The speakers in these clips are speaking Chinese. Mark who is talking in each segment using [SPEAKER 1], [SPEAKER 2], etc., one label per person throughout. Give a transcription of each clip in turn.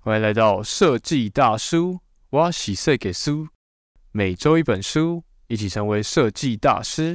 [SPEAKER 1] 欢迎来到设计大叔，我是设计师，每周一本书，一起成为设计大师。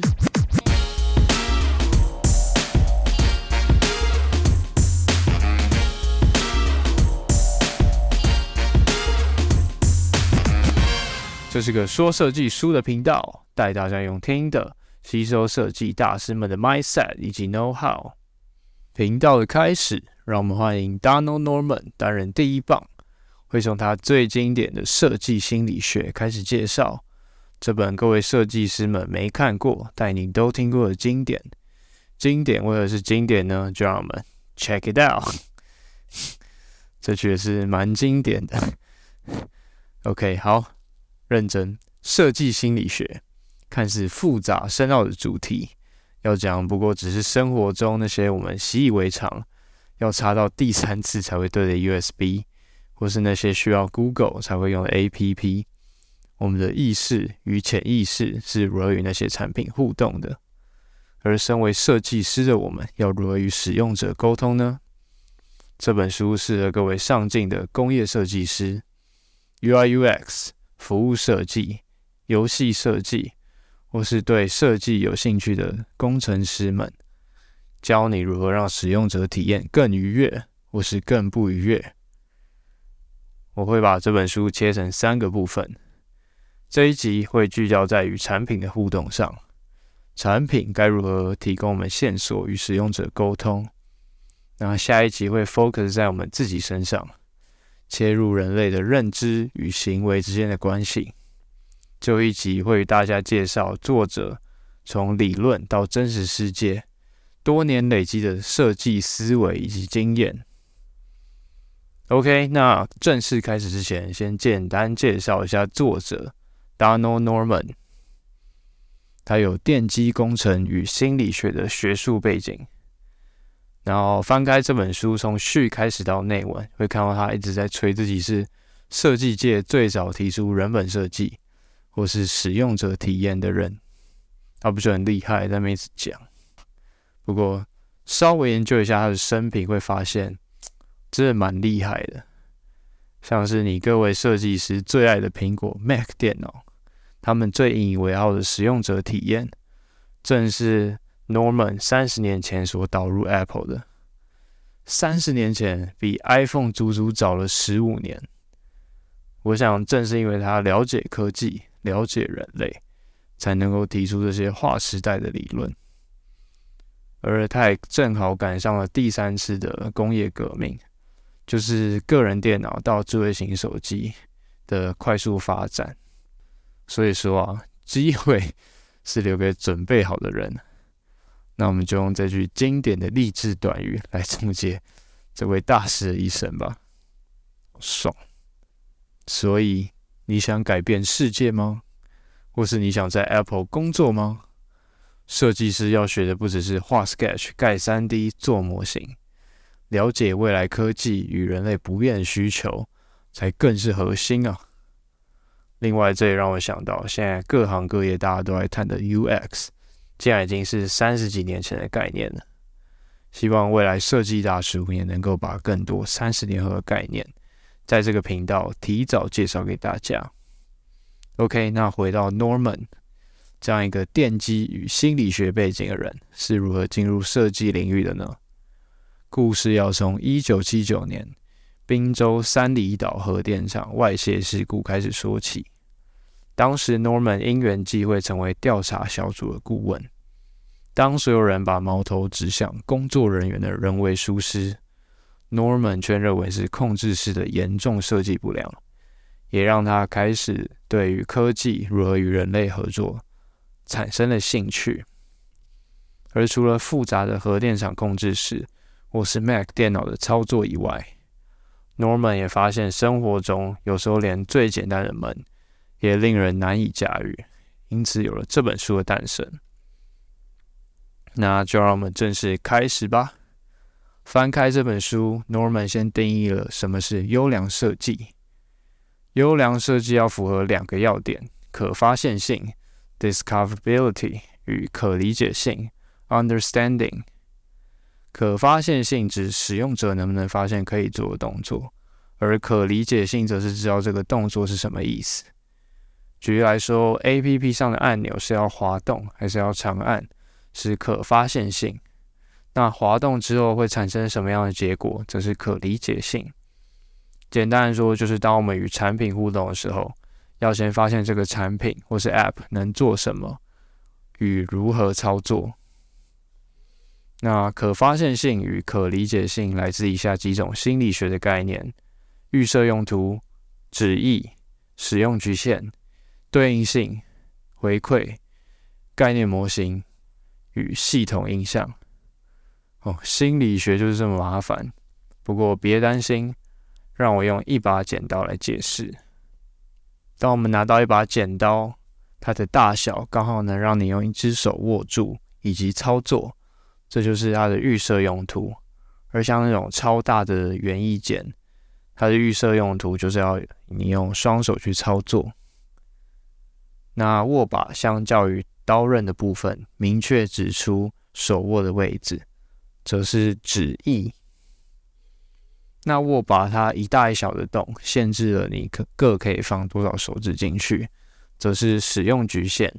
[SPEAKER 1] 这是个说设计书的频道，带大家用听的吸收设计大师们的 mindset 以及 know how。频道的开始，让我们欢迎 Donald Norman 担任第一棒，会从他最经典的设计心理学开始介绍。这本各位设计师们没看过，但你都听过的经典。经典为何是经典呢？就让我们 check it out。这确实蛮经典的。OK， 好，认真。设计心理学看似复杂深奥的主题，要讲不过只是生活中那些我们习以为常，要插到第3次才会对的 USB， 或是那些需要 Google 才会用的 APP。我们的意识与潜意识是如何与那些产品互动的？而身为设计师的我们，要如何与使用者沟通呢？这本书适合各位上进的工业设计师、UI/UX、服务设计、游戏设计，或是对设计有兴趣的工程师们，教你如何让使用者体验更愉悦，或是更不愉悦。我会把这本书切成3个部分。这一集会聚焦在与产品的互动上，产品该如何提供我们线索与使用者沟通。那下一集会 focus 在我们自己身上，切入人类的认知与行为之间的关系。最后一集会与大家介绍作者从理论到真实世界多年累积的设计思维以及经验。OK， 那正式开始之前，先简单介绍一下作者 Donald Norman。他有电机工程与心理学的学术背景。然后翻开这本书，从序开始到内文，会看到他一直在吹自己是设计界最早提出人本设计或是使用者体验的人。他不是很厉害，但没一直讲。不过稍微研究一下他的生平，会发现真的蛮厉害的。像是你各位设计师最爱的苹果 Mac 电脑，他们最引以为傲的使用者体验，正是 Norman 30年前所导入 Apple 的。30年前比 iPhone 足足早了15年。我想正是因为他了解科技，了解人类，才能够提出这些划时代的理论。而他也正好赶上了第3次的工业革命，就是个人电脑到智慧型手机的快速发展。所以说啊，机会是留给准备好的人。那我们就用这句经典的励志短语来总结这位大师的一生吧。爽！所以你想改变世界吗？或是你想在 Apple 工作吗？设计师要学的不只是画 Sketch、盖 3D、做模型，了解未来科技与人类不变的需求，才更是核心啊。另外，这也让我想到，现在各行各业大家都在谈的 UX， 竟然已经是30几年前的概念了。希望未来设计大叔也能够把更多30年后的概念，在这个频道提早介绍给大家。OK， 那回到 Norman 这样一个电机与心理学背景的人，是如何进入设计领域的呢？故事要从1979年宾州三里岛核电厂外泄事故开始说起。当时 Norman 因缘际会成为调查小组的顾问。当所有人把矛头指向工作人员的人为疏失， Norman 却认为是控制室的严重设计不良，也让他开始对于科技如何与人类合作产生了兴趣。而除了复杂的核电厂控制室或是 Mac 电脑的操作以外， Norman 也发现生活中有时候连最简单的门也令人难以驾驭，因此有了这本书的诞生。那就让我们正式开始吧。翻开这本书， Norman 先定义了什么是优良设计。优良设计要符合2个要点：可发现性 discoverability 与可理解性 understanding。可发现性指使用者能不能发现可以做的动作， 而可理解性则是知道这个动作是什么意思。举例来说 ，APP 上的按钮是要滑动还是要长按，是可发现性。那滑动之后会产生什么样的结果，则是可理解性。简单来说，就是当我们与产品互动的时候，要先发现这个产品或是 App 能做什么，与如何操作。那可发现性与可理解性来自以下几种心理学的概念：预设用途、旨意、使用局限、对应性、回馈、概念模型与系统印象。心理学就是这么麻烦，不过别担心，让我用一把剪刀来解释。当我们拿到一把剪刀，它的大小刚好能让你用一只手握住以及操作，这就是它的预设用途。而像那种超大的园艺剪，它的预设用途就是要你用双手去操作。那握把相较于刀刃的部分，明确指出手握的位置，则是旨意。那握把它一大一小的洞，限制了你各可以放多少手指进去，则是使用局限。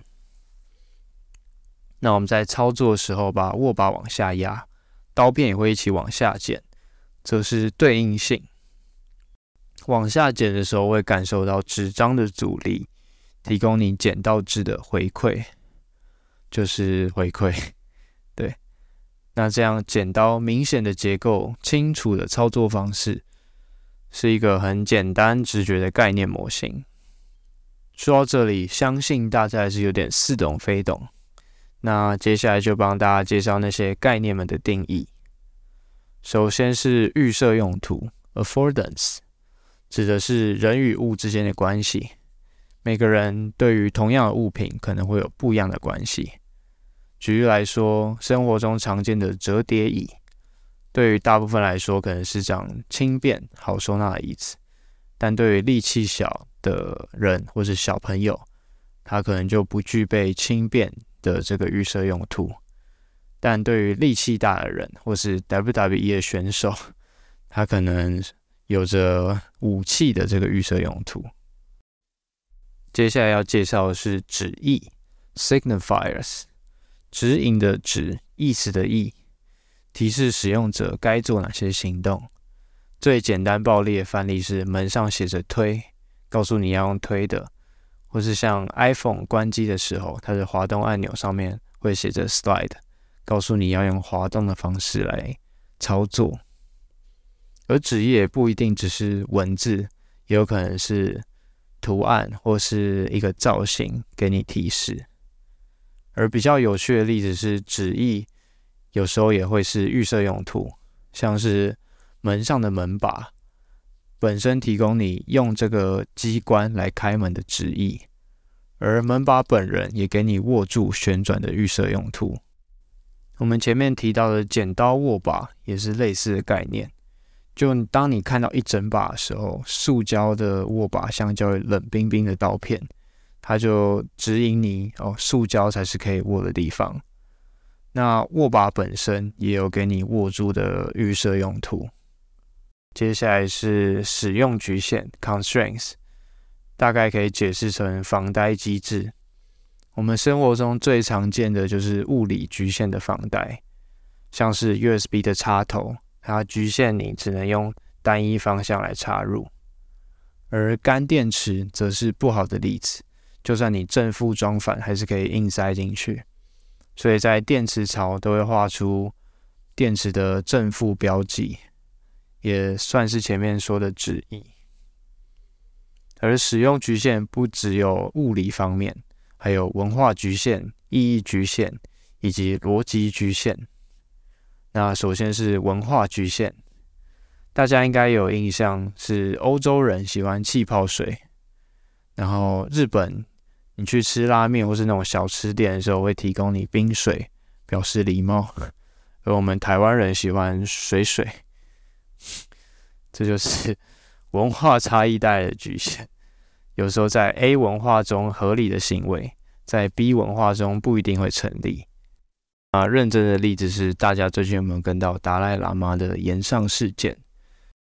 [SPEAKER 1] 那我们在操作的时候，把握把往下压，刀片也会一起往下剪，则是对应性。往下剪的时候，会感受到纸张的阻力，提供你剪到枝的回馈，就是回馈。对。那这样剪刀明显的结构、清楚的操作方式，是一个很简单直觉的概念模型。说到这里，相信大家还是有点似懂非懂。那接下来就帮大家介绍那些概念们的定义。首先是预设用途 （affordance）， 指的是人与物之间的关系。每个人对于同样的物品可能会有不一样的关系。举例来说，生活中常见的折叠椅，对于大部分来说可能是张轻便好收纳的椅子，但对于力气小的人或是小朋友，他可能就不具备轻便的这个预设用途。但对于力气大的人或是 WWE 的选手，他可能有着武器的这个预设用途。接下来要介绍的是旨意 signifiers，指引的指，意思的意，提示使用者该做哪些行动。最简单暴力的范例是门上写着推，告诉你要用推的，或是像 iPhone 关机的时候，它的滑动按钮上面会写着 slide， 告诉你要用滑动的方式来操作。而旨意也不一定只是文字，也有可能是图案或是一个造型给你提示。而比较有趣的例子是，旨意有时候也会是预设用途，像是门上的门把本身提供你用这个机关来开门的旨意，而门把本人也给你握住旋转的预设用途。我们前面提到的剪刀握把也是类似的概念，就当你看到一整把的时候，塑胶的握把相较于冷冰冰的刀片，它就指引你塑胶才是可以握的地方。那握把本身也有给你握住的预设用途。接下来是使用局限 constraints， 大概可以解释成防呆机制。我们生活中最常见的就是物理局限的防呆，像是 USB 的插头，它局限你只能用单一方向来插入。而干电池则是不好的例子，就算你正负装反，还是可以硬塞进去。所以在电池槽都会画出电池的正负标记，也算是前面说的旨意。而使用局限不只有物理方面，还有文化局限、意义局限以及逻辑局限。那首先是文化局限，大家应该有印象，是欧洲人喜欢气泡水，然后日本你去吃拉面或是那种小吃店的时候，会提供你冰水，表示礼貌。而我们台湾人喜欢水水，这就是文化差异带来的局限。有时候在 A 文化中合理的行为，在 B 文化中不一定会成立。认真的例子是，大家最近有没有跟到达赖喇嘛的延上事件？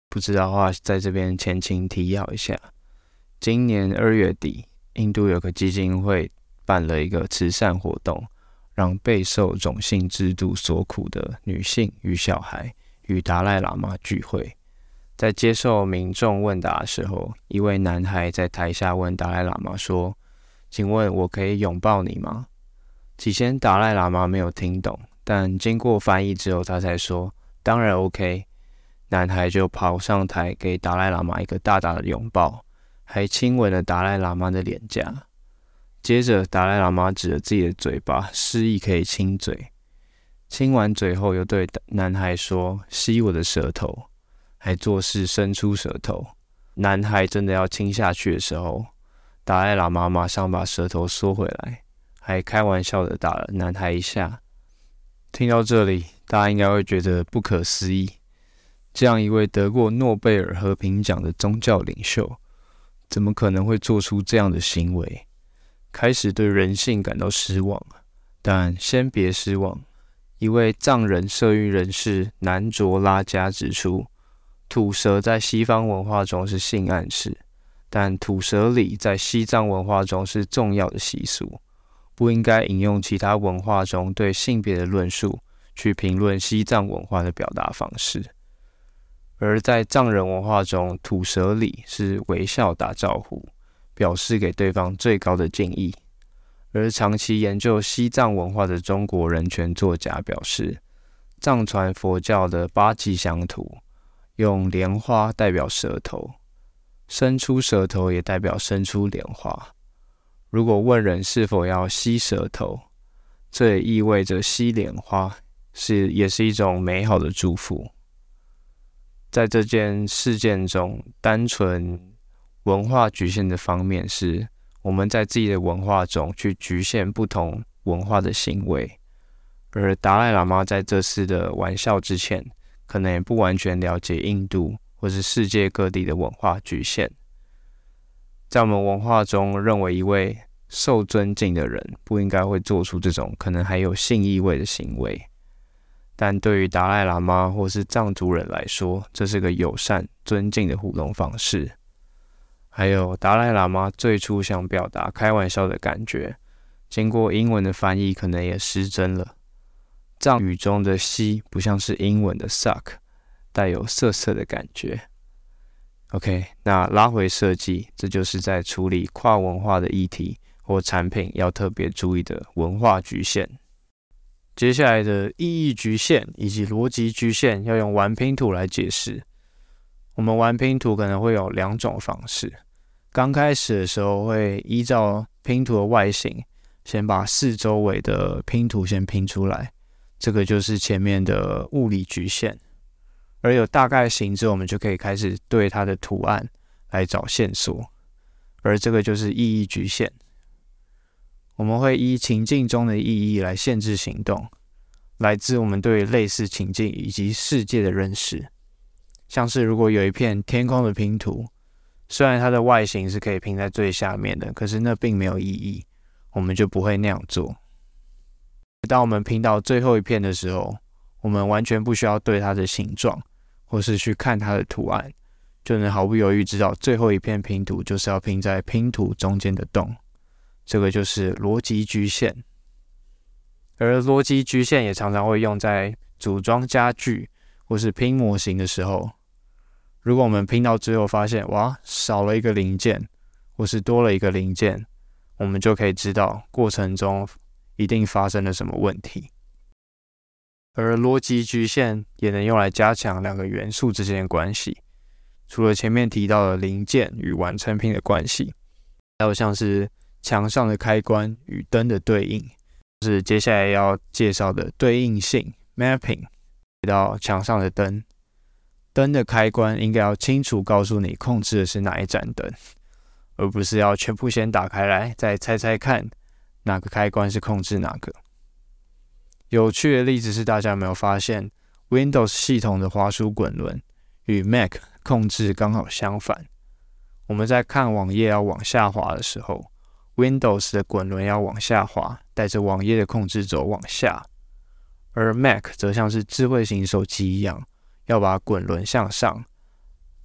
[SPEAKER 1] 不知道的话，在这边前情提要一下。今年2月底，印度有个基金会办了一个慈善活动，让备受种姓制度所苦的女性与小孩与达赖喇嘛聚会。在接受民众问答的时候，一位男孩在台下问达赖喇嘛说：“请问我可以拥抱你吗？”起先达赖喇嘛没有听懂，但经过翻译之后，他才说：“当然 OK。”男孩就跑上台给达赖喇嘛一个大大的拥抱，还亲吻了达赖喇嘛的脸颊。接着达赖喇嘛指着自己的嘴巴，示意可以亲嘴。亲完嘴后，又对男孩说：“吸我的舌头。”还作势伸出舌头。男孩真的要亲下去的时候，达赖喇嘛马上把舌头缩回来，还开玩笑的打了男孩一下。听到这里，大家应该会觉得不可思议。这样一位得过诺贝尔和平奖的宗教领袖，怎么可能会做出这样的行为？开始对人性感到失望，但先别失望。一位藏人社运人士南卓拉加指出，吐舌在西方文化中是性暗示，但吐舌礼在西藏文化中是重要的习俗，不应该引用其他文化中对性别的论述去评论西藏文化的表达方式。而在藏人文化中，吐舌礼是微笑打招呼，表示给对方最高的敬意。而长期研究西藏文化的中国人权作家表示，藏传佛教的8吉祥图用莲花代表舌头，伸出舌头也代表伸出莲花。如果问人是否要吸舌头，这也意味着吸莲花也是一种美好的祝福。在这件事件中，单纯文化局限的方面是我们在自己的文化中去局限不同文化的行为，而达赖喇嘛在这次的玩笑之前，可能也不完全了解印度或是世界各地的文化局限。在我们文化中，认为一位受尊敬的人不应该会做出这种可能还有性意味的行为。但对于达赖喇嘛或是藏族人来说，这是个友善、尊敬的互动方式。还有达赖喇嘛最初想表达开玩笑的感觉，经过英文的翻译可能也失真了。藏语中的吸不像是英文的 suck， 带有涩涩的感觉。OK， 那拉回设计，这就是在处理跨文化的议题或产品要特别注意的文化局限。接下来的意义局限以及逻辑局限要用玩拼图来解释。我们玩拼图可能会有2种方式。刚开始的时候会依照拼图的外形，先把4周围的拼图先拼出来，这个就是前面的物理局限。而有大概形之后，我们就可以开始对它的图案来找线索，而这个就是意义局限。我们会依情境中的意义来限制行动，来自我们对类似情境以及世界的认识。像是如果有一片天空的拼图，虽然它的外形是可以拼在最下面的，可是那并没有意义，我们就不会那样做。当我们拼到最后一片的时候，我们完全不需要对它的形状或是去看它的图案，就能毫不犹豫知道最后一片拼图就是要拼在拼图中间的洞。这个就是逻辑局限。而逻辑局限也常常会用在组装家具或是拼模型的时候。如果我们拼到最后发现，哇，少了一个零件，或是多了一个零件，我们就可以知道过程中一定发生了什么问题。而逻辑局限也能用来加强2个元素之间的关系。除了前面提到的零件与完成品的关系，还有像是墙上的开关与灯的对应，是接下来要介绍的对应性 mapping。回到墙上的灯，灯的开关应该要清楚告诉你控制的是哪一盏灯，而不是要全部先打开来，再猜猜看哪个开关是控制哪个。有趣的例子是，大家有没有发现 Windows 系统的滑鼠滚轮与 Mac 控制刚好相反？我们在看网页要往下滑的时候， Windows 的滚轮要往下滑，带着网页的控制轴往下，而 Mac 则像是智慧型手机一样，要把滚轮向上，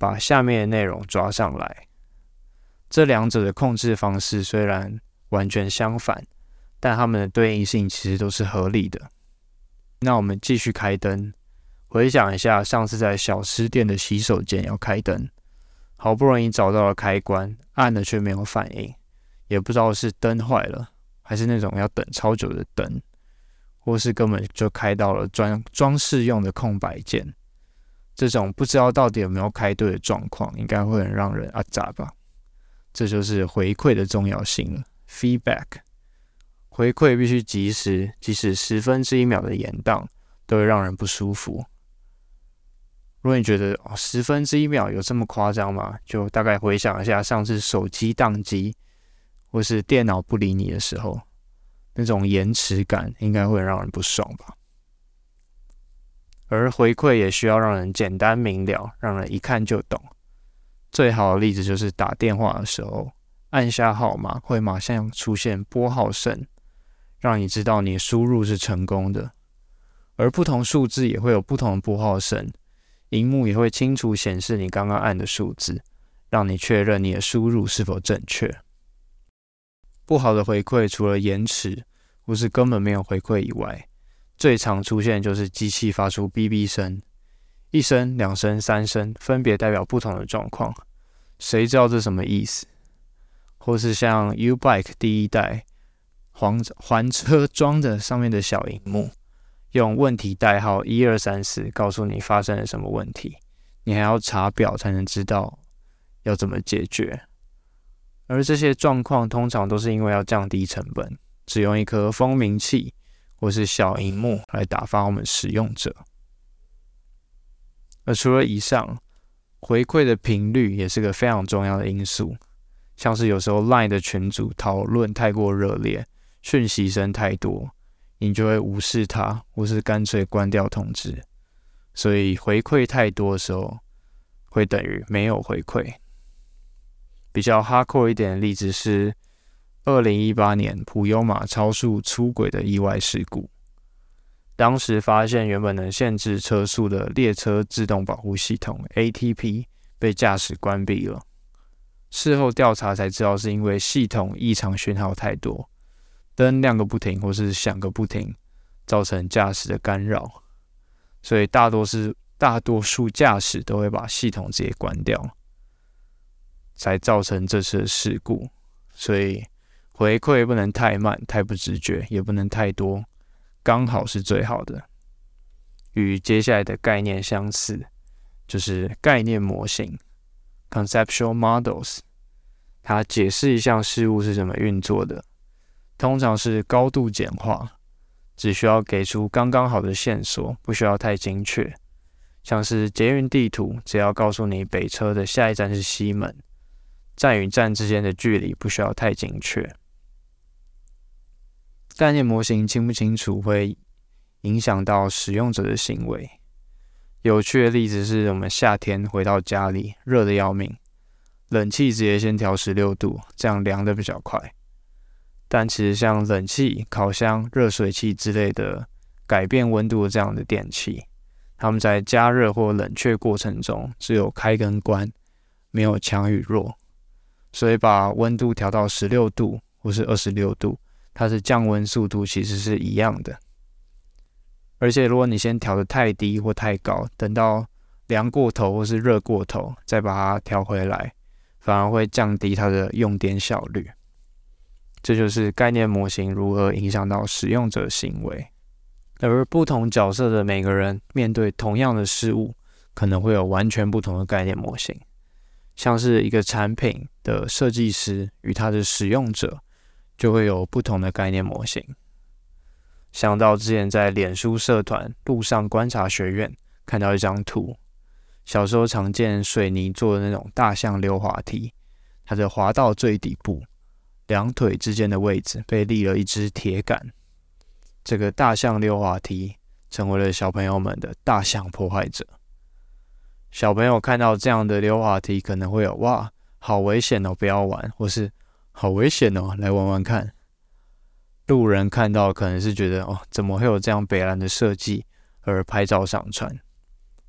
[SPEAKER 1] 把下面的内容抓上来。这两者的控制方式虽然完全相反，但它们的对应性其实都是合理的。那我们继续开灯，回想一下上次在小吃店的洗手间要开灯，好不容易找到了开关，按了却没有反应，也不知道是灯坏了，还是那种要等超久的灯，或是根本就开到了装饰用的空白键。这种不知道到底有没有开对的状况，应该会很让人阿杂吧。这就是回馈的重要性了 ，feedback。回馈必须及时，即使1/10秒的延宕，都会让人不舒服。如果你觉得1/10秒有这么夸张吗？就大概回想一下上次手机宕机，或是电脑不理你的时候，那种延迟感应该会让人不爽吧。而回馈也需要让人简单明了，让人一看就懂。最好的例子就是打电话的时候，按下号码会马上出现拨号声，让你知道你的输入是成功的。而不同数字也会有不同的拨号声，萤幕也会清楚显示你刚刚按的数字，让你确认你的输入是否正确。不好的回馈除了延迟或是根本没有回馈以外，最常出现就是机器发出哔哔声，1声、2声、3声，分别代表不同的状况，谁知道这什么意思？或是像 U-Bike 第一代还车装的上面的小萤幕，用问题代号1234告诉你发生了什么问题，你还要查表才能知道要怎么解决。而这些状况通常都是因为要降低成本，只用一颗蜂鸣器或是小萤幕来打发我们使用者。而除了以上，回馈的频率也是个非常重要的因素，像是有时候 LINE 的群组讨论太过热烈，讯息声太多，你就会无视它，或是干脆关掉通知。所以回馈太多的时候，会等于没有回馈。比较 hardcore 一点的例子是2018年普悠玛超速出轨的意外事故。当时发现原本能限制车速的列车自动保护系统 ATP 被驾驶关闭了。事后调查才知道是因为系统异常讯号太多，灯亮个不停或是响个不停，造成驾驶的干扰。所以大多数驾驶都会把系统直接关掉，才造成这次的事故。所以回馈不能太慢、太不直觉，也不能太多，刚好是最好的。与接下来的概念相似，就是概念模型 （conceptual models）。它解释一项事物是怎么运作的，通常是高度简化，只需要给出刚刚好的线索，不需要太精确。像是捷运地图，只要告诉你北车的下一站是西门，站与站之间的距离不需要太精确。概念模型清不清楚会影响到使用者的行为。有趣的例子是我们夏天回到家里，热得要命，冷气直接先调16度，这样凉得比较快。但其实像冷气、烤箱、热水器之类的改变温度的这样的电器，它们在加热或冷却过程中只有开跟关，没有强与弱。所以把温度调到16度或是26度，它的降温速度其实是一样的。而且如果你先调得太低或太高，等到凉过头或是热过头，再把它调回来，反而会降低它的用电效率。这就是概念模型如何影响到使用者行为。而不同角色的每个人面对同样的事物，可能会有完全不同的概念模型。像是一个产品的设计师与他的使用者，就会有不同的概念模型。想到之前在脸书社团路上观察学院看到一张图，小时候常见水泥做的那种大象溜滑梯，它的滑道最底部两腿之间的位置被立了一支铁杆，这个大象溜滑梯成为了小朋友们的大象破坏者。小朋友看到这样的溜滑梯可能会有哇好危险哦不要玩，或是好危险哦来玩玩看。路人看到可能是觉得怎么会有这样北蓝的设计而拍照上传。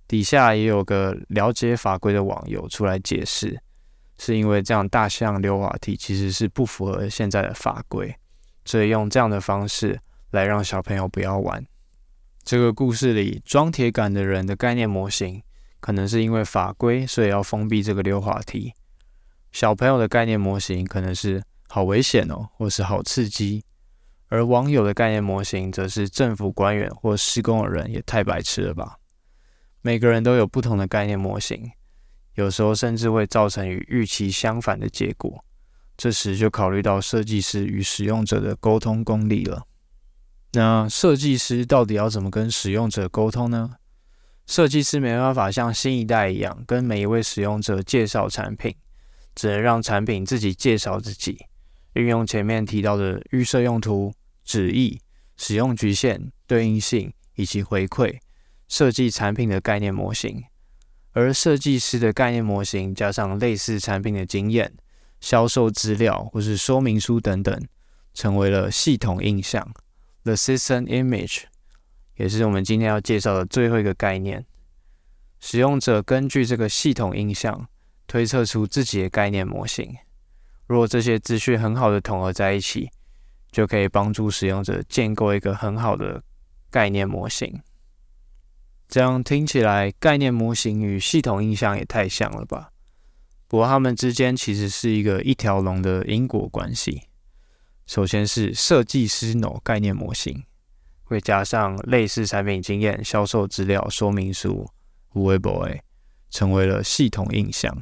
[SPEAKER 1] 底下也有个了解法规的网友出来解释，是因为这样大象溜滑梯其实是不符合现在的法规，所以用这样的方式来让小朋友不要玩。这个故事里装铁杆的人的概念模型，可能是因为法规，所以要封闭这个溜滑梯。小朋友的概念模型可能是好危险哦，或是好刺激。而网友的概念模型则是政府官员或施工的人也太白痴了吧。每个人都有不同的概念模型，有时候甚至会造成与预期相反的结果。这时就考虑到设计师与使用者的沟通功力了。那设计师到底要怎么跟使用者沟通呢？设计师没办法像新一代一样跟每一位使用者介绍产品，只能让产品自己介绍自己，运用前面提到的预设用途、旨意、使用局限、对应性以及回馈，设计产品的概念模型。而设计师的概念模型加上类似产品的经验、销售资料或是说明书等等，成为了系统印象 The System Image， 也是我们今天要介绍的最后一个概念。使用者根据这个系统印象推测出自己的概念模型，如果这些资讯很好的统合在一起，就可以帮助使用者建构一个很好的概念模型。这样听起来，概念模型与系统印象也太像了吧？不过它们之间其实是一条龙的因果关系。首先是设计师脑概念模型，会加上类似产品经验、销售资料、说明书、微博，成为了系统印象。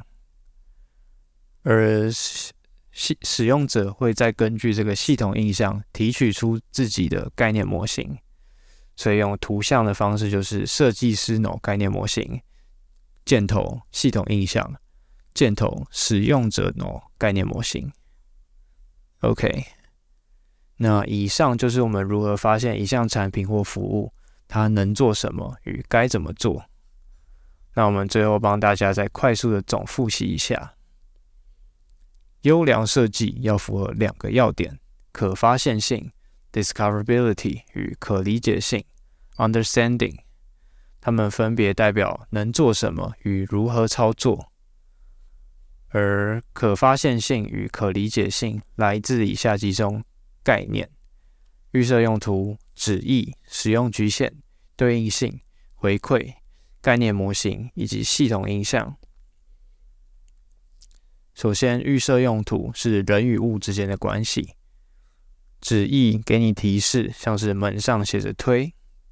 [SPEAKER 1] 而使用者会再根据这个系统印象提取出自己的概念模型。所以用图像的方式，就是设计师脑概念模型，箭头系统印象，箭头使用者脑概念模型。OK， 那以上就是我们如何发现一项产品或服务，它能做什么与该怎么做。那我们最后帮大家再快速的总复习一下。优良设计要符合2个要点：可发现性 discoverability 与可理解性 understanding， 它们分别代表能做什么与如何操作。而可发现性与可理解性来自以下几种概念：预设用途、旨意、使用局限、对应性、回馈、概念模型以及系统印象。首先，预设用途是人与物之间的关系。旨意给你提示，像是门上写着推；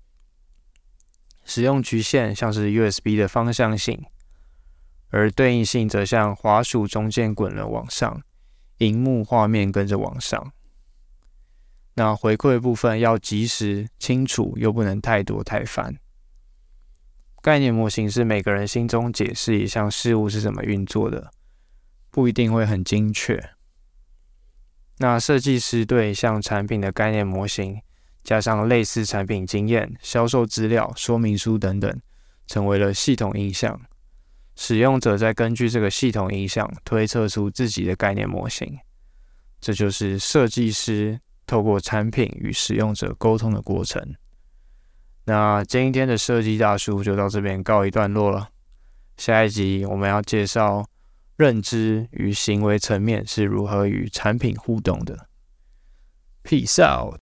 [SPEAKER 1] 使用局限像是 USB 的方向性，而对应性则像滑鼠中间滚了往上，萤幕画面跟着往上。那回馈的部分要及时、清楚，又不能太多太烦。概念模型是每个人心中解释一项事物是怎么运作的，不一定会很精确。那设计师对一项产品的概念模型，加上类似产品经验、销售资料、说明书等等，成为了系统印象。使用者再根据这个系统印象推测出自己的概念模型。这就是设计师透过产品与使用者沟通的过程。那今天的设计大叔就到这边告一段落了。下一集我们要介绍认知与行为层面是如何与产品互动的。Peace out。